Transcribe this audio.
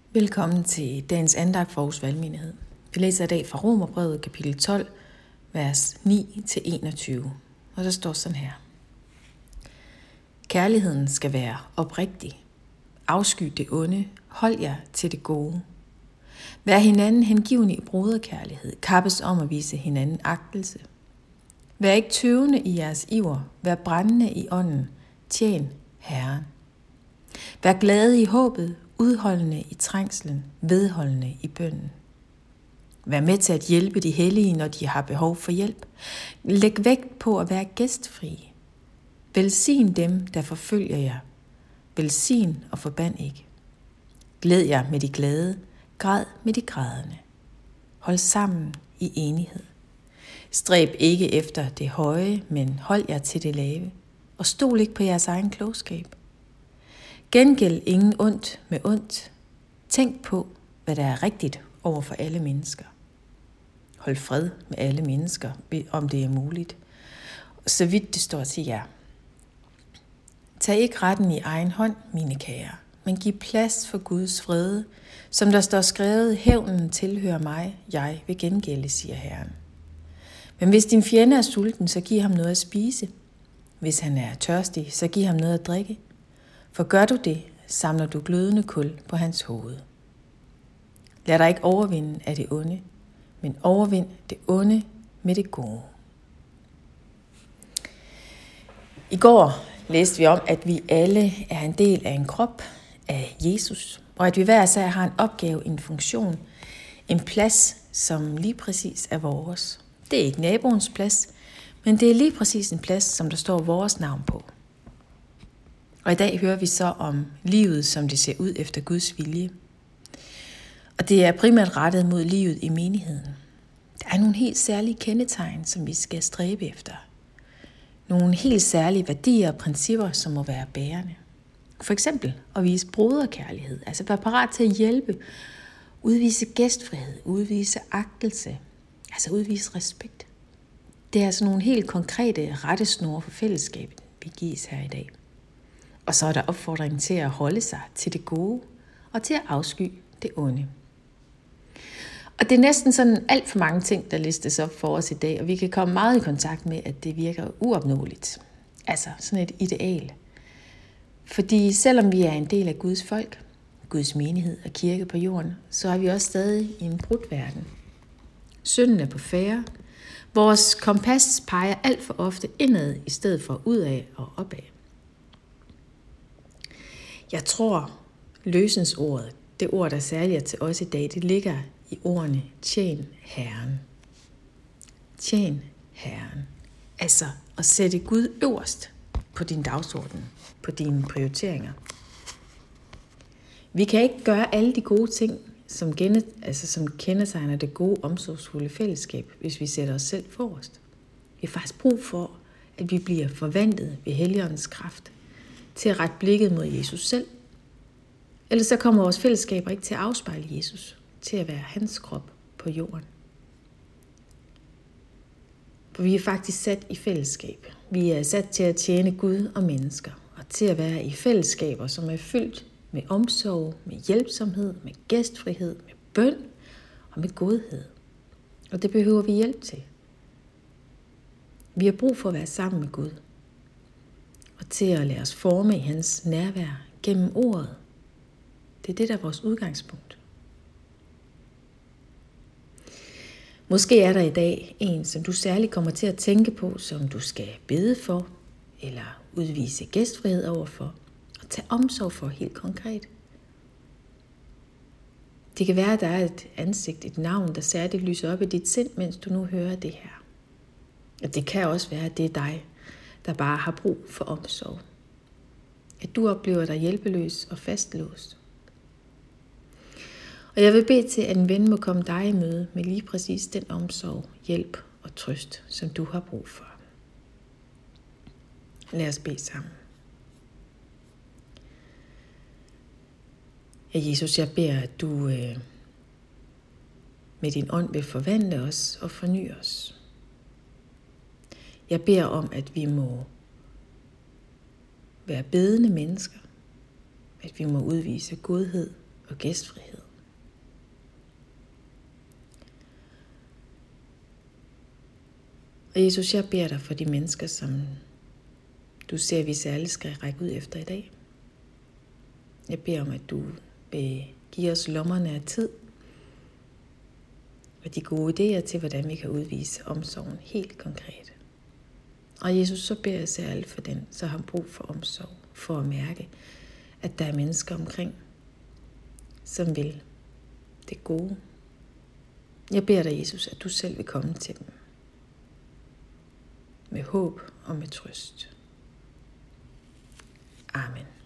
Velkommen til dagens andagt for Aarhus Valgmenighed. Vi læser i dag fra Romerbrevet kapitel 12, vers 9-21. Og der står sådan her. Kærligheden skal være oprigtig. Afsky det onde. Hold jer til det gode. Vær hinanden hengivne i broderkærlighed. Kappes om at vise hinanden agtelse. Vær ikke tøvende i jeres iver. Vær brændende i ånden. Tjen Herren. Vær glade i håbet. Udholdende i trængslen, vedholdende i bønnen. Vær med til at hjælpe de hellige, når de har behov for hjælp. Læg vægt på at være gæstfrie. Velsign dem, der forfølger jer. Velsign og forband ikke. Glæd jer med de glade, græd med de grædende. Hold sammen i enighed. Stræb ikke efter det høje, men hold jer til det lave. Og stol ikke på jeres egen klogskab. Gengæld ingen ondt med ondt. Tænk på, hvad der er rigtigt over for alle mennesker. Hold fred med alle mennesker, om det er muligt. Så vidt det står til jer. Tag ikke retten i egen hånd, mine kære, men giv plads for Guds fred. Som der står skrevet, hævnen tilhører mig, jeg vil gengælde, siger Herren. Men hvis din fjende er sulten, så giv ham noget at spise. Hvis han er tørstig, så giv ham noget at drikke. For gør du det, samler du glødende kul på hans hoved. Lad dig ikke overvinde af det onde, men overvind det onde med det gode. I går læste vi om, at vi alle er en del af en krop af Jesus, og at vi hver især har en opgave, en funktion, en plads, som lige præcis er vores. Det er ikke naboens plads, men det er lige præcis en plads, som der står vores navn på. Og i dag hører vi så om livet, som det ser ud efter Guds vilje. Og det er primært rettet mod livet i menigheden. Der er nogle helt særlige kendetegn, som vi skal stræbe efter. Nogle helt særlige værdier og principper, som må være bærende. For eksempel at vise broderkærlighed, altså være parat til at hjælpe, udvise gæstfrihed, udvise agtelse, altså udvise respekt. Det er altså nogle helt konkrete rettesnore for fællesskabet, vi gives her i dag. Og så er der opfordringen til at holde sig til det gode og til at afsky det onde. Og det er næsten sådan alt for mange ting, der listes op for os i dag, og vi kan komme meget i kontakt med, at det virker uopnåeligt. Altså sådan et ideal. Fordi selvom vi er en del af Guds folk, Guds menighed og kirke på jorden, så er vi også stadig i en brudt verden. Synden er på færde. Vores kompas peger alt for ofte indad i stedet for udad og opad. Jeg tror, løsensordet, det ord, der særligt er til os i dag, det ligger i ordene tjen Herren. Tjen Herren. Altså at sætte Gud øverst på din dagsorden, på dine prioriteringer. Vi kan ikke gøre alle de gode ting, som kendetegner det gode, omsorgsfulde fællesskab, hvis vi sætter os selv forrest. Vi har faktisk brug for, at vi bliver forvandlet ved Helligåndens kraft til at rette blikket mod Jesus selv. Ellers så kommer vores fællesskaber ikke til at afspejle Jesus, til at være hans krop på jorden. For vi er faktisk sat i fællesskab. Vi er sat til at tjene Gud og mennesker, og til at være i fællesskaber, som er fyldt med omsorg, med hjælpsomhed, med gæstfrihed, med bøn og med godhed. Og det behøver vi hjælp til. Vi har brug for at være sammen med Gud, og til at lade os forme i hans nærvær gennem ordet. Det er det, der er vores udgangspunkt. Måske er der i dag en, som du særligt kommer til at tænke på, som du skal bede for, eller udvise gæstfrihed overfor, og tage omsorg for helt konkret. Det kan være, at der er et ansigt, et navn, der særligt lyser op i dit sind, mens du nu hører det her. Og det kan også være, at det er dig, der bare har brug for omsorg. At du oplever dig hjælpeløs og fastlåst. Og jeg vil bede til, at en ven må komme dig i møde med lige præcis den omsorg, hjælp og trøst, som du har brug for. Lad os bede sammen. Ja, Jesus, jeg beder, at du med din ånd vil forvandle os og forny os. Jeg beder om, at vi må være bedende mennesker, at vi må udvise godhed og gæstfrihed. Og Jesus, jeg beder dig for de mennesker, som du ser, vi særligt skal række ud efter i dag. Jeg beder om, at du vil give os lommerne af tid og de gode idéer til, hvordan vi kan udvise omsorgen helt konkret. Og Jesus, så beder jeg særligt for den, så har brug for omsorg, for at mærke, at der er mennesker omkring, som vil det gode. Jeg beder dig, Jesus, at du selv vil komme til dem med håb og med trøst. Amen.